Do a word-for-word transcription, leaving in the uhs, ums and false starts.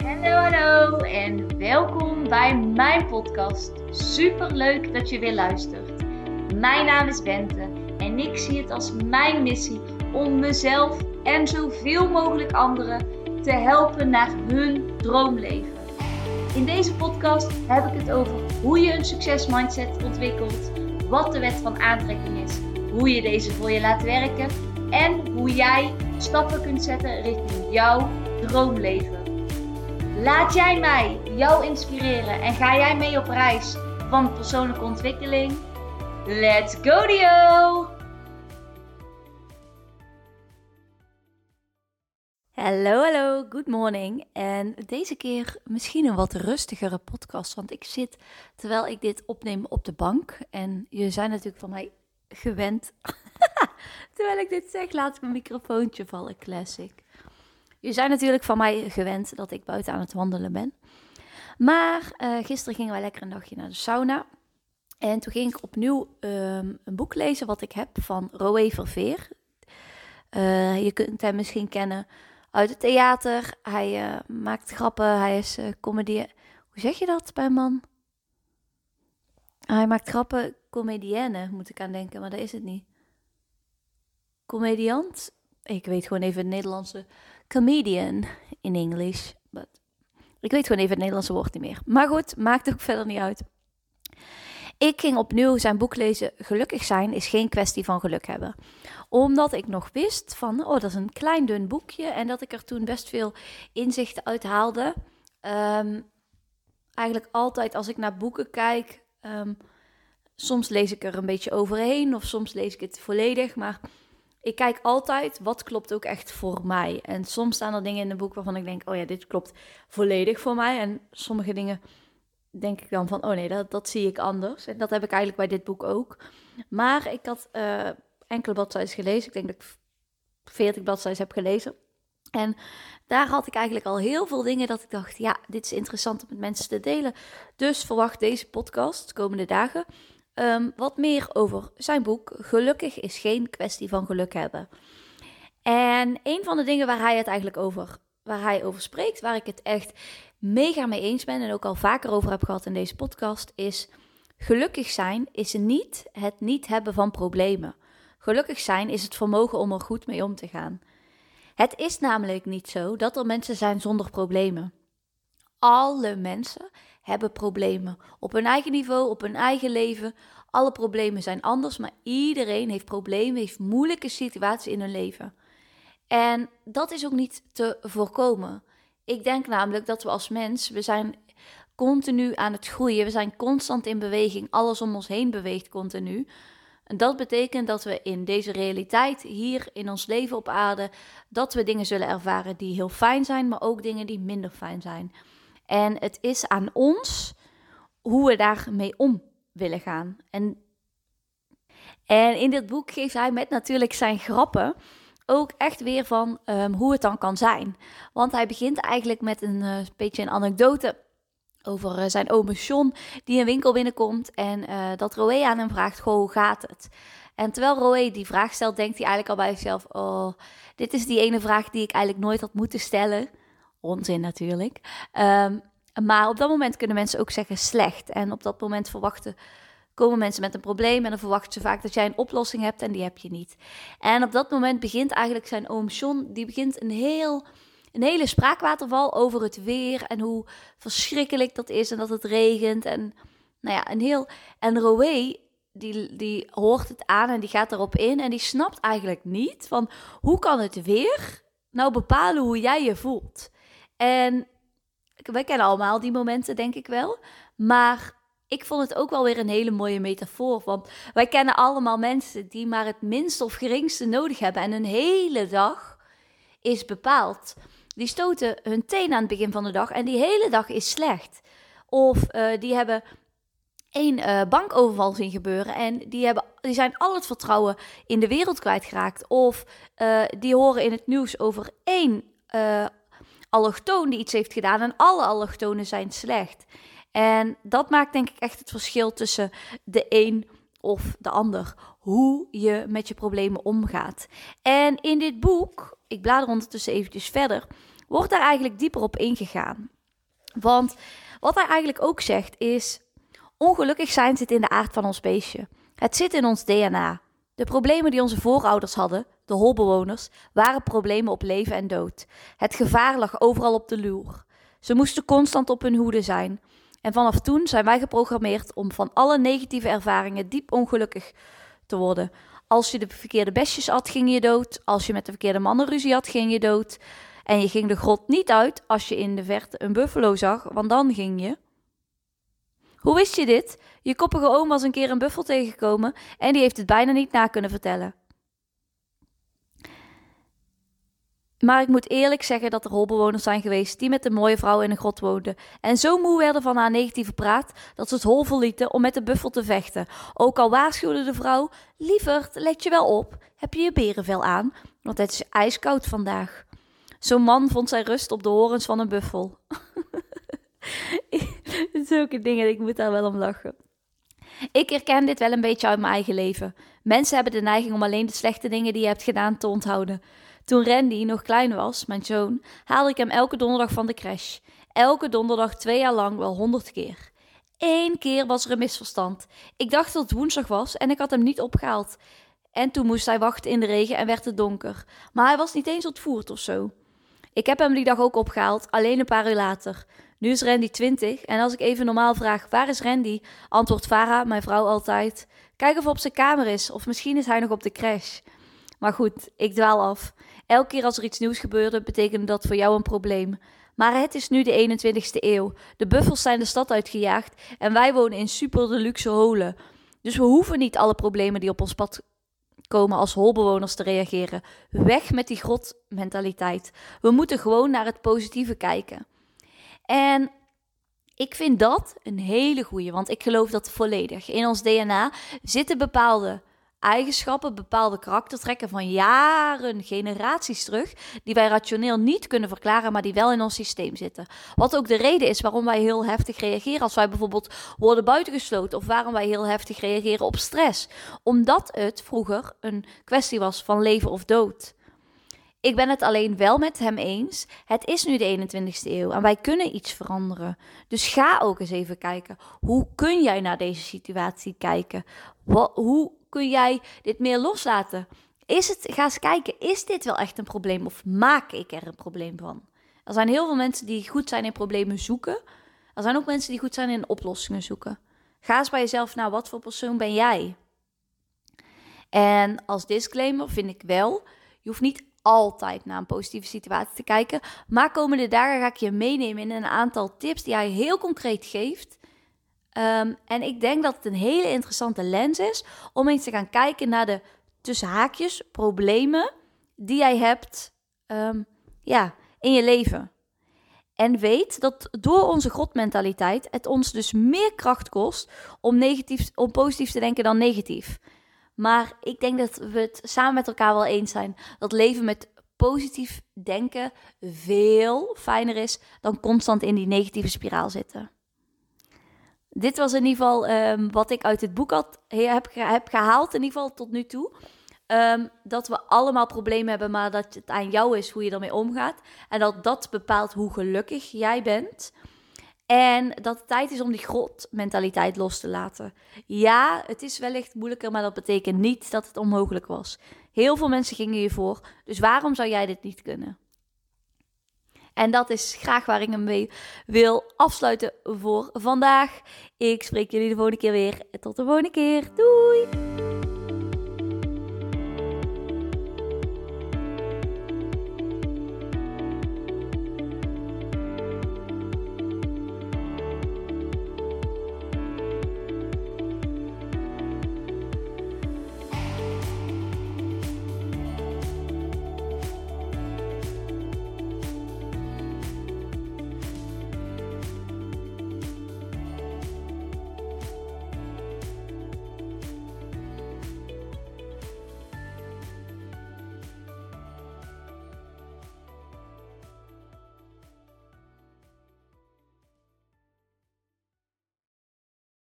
Hallo, hallo en welkom bij mijn podcast. Super leuk dat je weer luistert. Mijn naam is Bente en ik zie het als mijn missie om mezelf en zoveel mogelijk anderen te helpen naar hun droomleven. In deze podcast heb ik het over hoe je een succesmindset ontwikkelt, wat de wet van aantrekking is, hoe je deze voor je laat werken en hoe jij stappen kunt zetten richting jouw droomleven. Laat jij mij jou inspireren en ga jij mee op reis van persoonlijke ontwikkeling? Let's go Dio! Hallo, hallo, good morning. En deze keer misschien een wat rustigere podcast, want ik zit terwijl ik dit opneem op de bank. En jullie zijn natuurlijk van mij gewend. Terwijl ik dit zeg, laat ik mijn microfoontje vallen, classic. Je zijn natuurlijk van mij gewend dat ik buiten aan het wandelen ben. Maar uh, gisteren gingen wij lekker een dagje naar de sauna. En toen ging ik opnieuw um, een boek lezen wat ik heb van Roé Verveer. Uh, je kunt hem misschien kennen uit het theater. Hij uh, maakt grappen, hij is uh, comedie... Hoe zeg je dat bij een man? Hij maakt grappen, comedienne moet ik aan denken, maar dat is het niet. Comediant? Ik weet gewoon even het Nederlandse... Comedian in English. But ik weet gewoon even het Nederlandse woord niet meer. Maar goed, maakt ook verder niet uit. Ik ging opnieuw zijn boek lezen. Gelukkig zijn is geen kwestie van geluk hebben. Omdat ik nog wist van, oh, dat is een klein dun boekje. En dat ik er toen best veel inzichten uit haalde. Um, eigenlijk altijd als ik naar boeken kijk. Um, soms lees ik er een beetje overheen. Of soms lees ik het volledig. Maar... ik kijk altijd, wat klopt ook echt voor mij. En soms staan er dingen in een boek waarvan ik denk, oh ja, dit klopt volledig voor mij. En sommige dingen denk ik dan van, oh nee, dat, dat zie ik anders. En dat heb ik eigenlijk bij dit boek ook. Maar ik had uh, enkele bladzijden gelezen. Ik denk dat ik veertig bladzijden heb gelezen. En daar had ik eigenlijk al heel veel dingen dat ik dacht, ja, dit is interessant om met mensen te delen. Dus verwacht deze podcast de komende dagen... Um, wat meer over zijn boek. Gelukkig is geen kwestie van geluk hebben. En een van de dingen waar hij het eigenlijk over, waar hij over spreekt, waar ik het echt mega mee eens ben en ook al vaker over heb gehad in deze podcast, is gelukkig zijn is niet het niet hebben van problemen. Gelukkig zijn is het vermogen om er goed mee om te gaan. Het is namelijk niet zo dat er mensen zijn zonder problemen. Alle mensen hebben problemen. Op hun eigen niveau, op hun eigen leven. Alle problemen zijn anders, maar iedereen heeft problemen, heeft moeilijke situaties in hun leven. En dat is ook niet te voorkomen. Ik denk namelijk dat we als mens, we zijn continu aan het groeien. We zijn constant in beweging. Alles om ons heen beweegt continu. En dat betekent dat we in deze realiteit, hier in ons leven op aarde, dat we dingen zullen ervaren die heel fijn zijn, maar ook dingen die minder fijn zijn. En het is aan ons hoe we daarmee om willen gaan. En, en in dit boek geeft hij met natuurlijk zijn grappen ook echt weer van um, hoe het dan kan zijn. Want hij begint eigenlijk met een uh, beetje een anekdote over uh, zijn ome John die een winkel binnenkomt en uh, dat Roé aan hem vraagt, goh, hoe gaat het? En terwijl Roé die vraag stelt, denkt hij eigenlijk al bij zichzelf, oh, dit is die ene vraag die ik eigenlijk nooit had moeten stellen. Onzin natuurlijk. Um, maar op dat moment kunnen mensen ook zeggen slecht. En op dat moment verwachten, komen mensen met een probleem en dan verwachten ze vaak dat jij een oplossing hebt en die heb je niet. En op dat moment begint eigenlijk zijn oom John, die begint een, heel, een hele spraakwaterval over het weer en hoe verschrikkelijk dat is en dat het regent. En, nou ja, een heel, en Roé, die, die hoort het aan en die gaat erop in en die snapt eigenlijk niet van hoe kan het weer nou bepalen hoe jij je voelt. En wij kennen allemaal die momenten, denk ik wel. Maar ik vond het ook wel weer een hele mooie metafoor. Want wij kennen allemaal mensen die maar het minste of geringste nodig hebben. En een hele dag is bepaald. Die stoten hun teen aan het begin van de dag en die hele dag is slecht. Of uh, die hebben één uh, bankoverval zien gebeuren en die, hebben, die zijn al het vertrouwen in de wereld kwijtgeraakt. Of uh, die horen in het nieuws over één uh, allochtoon die iets heeft gedaan en alle allochtonen zijn slecht. En dat maakt denk ik echt het verschil tussen de een of de ander. Hoe je met je problemen omgaat. En in dit boek, ik blader ondertussen eventjes verder, wordt daar eigenlijk dieper op ingegaan. Want wat hij eigenlijk ook zegt is, ongelukkig zijn zit in de aard van ons beestje. Het zit in ons D N A. De problemen die onze voorouders hadden, de holbewoners, waren problemen op leven en dood. Het gevaar lag overal op de loer. Ze moesten constant op hun hoede zijn. En vanaf toen zijn wij geprogrammeerd om van alle negatieve ervaringen diep ongelukkig te worden. Als je de verkeerde besjes at, ging je dood. Als je met de verkeerde mannen ruzie had, ging je dood. En je ging de grot niet uit als je in de verte een buffalo zag, want dan ging je. Hoe wist je dit? Je koppige oom was een keer een buffel tegengekomen en die heeft het bijna niet na kunnen vertellen. Maar ik moet eerlijk zeggen dat er holbewoners zijn geweest die met een mooie vrouw in een grot woonden. En zo moe werden van haar negatieve praat dat ze het hol verlieten om met de buffel te vechten. Ook al waarschuwde de vrouw, lieverd, let je wel op, heb je je berenvel aan, want het is ijskoud vandaag. Zo'n man vond zijn rust op de horens van een buffel. Zulke dingen, ik moet daar wel om lachen. Ik herken dit wel een beetje uit mijn eigen leven. Mensen hebben de neiging om alleen de slechte dingen die je hebt gedaan te onthouden. Toen Randy nog klein was, mijn zoon, haalde ik hem elke donderdag van de crash. Elke donderdag twee jaar lang wel honderd keer. Eén keer was er een misverstand. Ik dacht dat het woensdag was en ik had hem niet opgehaald. En toen moest hij wachten in de regen en werd het donker. Maar hij was niet eens ontvoerd of zo. Ik heb hem die dag ook opgehaald, alleen een paar uur later. Nu is Randy twintig en als ik even normaal vraag, waar is Randy? Antwoordt Farah, mijn vrouw, altijd. Kijk of hij op zijn kamer is, of misschien is hij nog op de crash. Maar goed, ik dwaal af. Elke keer als er iets nieuws gebeurde, betekende dat voor jou een probleem. Maar het is nu de eenentwintigste eeuw. De buffels zijn de stad uitgejaagd en wij wonen in super deluxe holen. Dus we hoeven niet alle problemen die op ons pad komen als holbewoners te reageren. Weg met die grotmentaliteit. We moeten gewoon naar het positieve kijken. En ik vind dat een hele goeie, want ik geloof dat volledig. In ons D N A zitten bepaalde eigenschappen, bepaalde karaktertrekken van jaren, generaties terug, die wij rationeel niet kunnen verklaren, maar die wel in ons systeem zitten. Wat ook de reden is waarom wij heel heftig reageren als wij bijvoorbeeld worden buitengesloten, of waarom wij heel heftig reageren op stress. Omdat het vroeger een kwestie was van leven of dood. Ik ben het alleen wel met hem eens. Het is nu de eenentwintigste eeuw en wij kunnen iets veranderen. Dus ga ook eens even kijken. Hoe kun jij naar deze situatie kijken? Wat, hoe kun jij dit meer loslaten? Is het, ga eens kijken, is dit wel echt een probleem of maak ik er een probleem van? Er zijn heel veel mensen die goed zijn in problemen zoeken. Er zijn ook mensen die goed zijn in oplossingen zoeken. Ga eens bij jezelf naar, wat voor persoon ben jij? En als disclaimer vind ik wel, je hoeft niet altijd naar een positieve situatie te kijken. Maar komende dagen ga ik je meenemen in een aantal tips die hij heel concreet geeft. Um, en ik denk dat het een hele interessante lens is om eens te gaan kijken naar de tussen haakjes problemen die jij hebt um, ja, in je leven. En weet dat door onze grotmentaliteit het ons dus meer kracht kost om, negatief, om positief te denken dan negatief. Maar ik denk dat we het samen met elkaar wel eens zijn dat leven met positief denken veel fijner is dan constant in die negatieve spiraal zitten. Dit was in ieder geval um, wat ik uit het boek had, heb, heb gehaald, in ieder geval tot nu toe. Um, dat we allemaal problemen hebben, maar dat het aan jou is hoe je ermee omgaat. En dat dat bepaalt hoe gelukkig jij bent. En dat het tijd is om die grotmentaliteit los te laten. Ja, het is wellicht moeilijker, maar dat betekent niet dat het onmogelijk was. Heel veel mensen gingen hiervoor, dus waarom zou jij dit niet kunnen? En dat is graag waar ik hem mee wil afsluiten voor vandaag. Ik spreek jullie de volgende keer weer. Tot de volgende keer. Doei!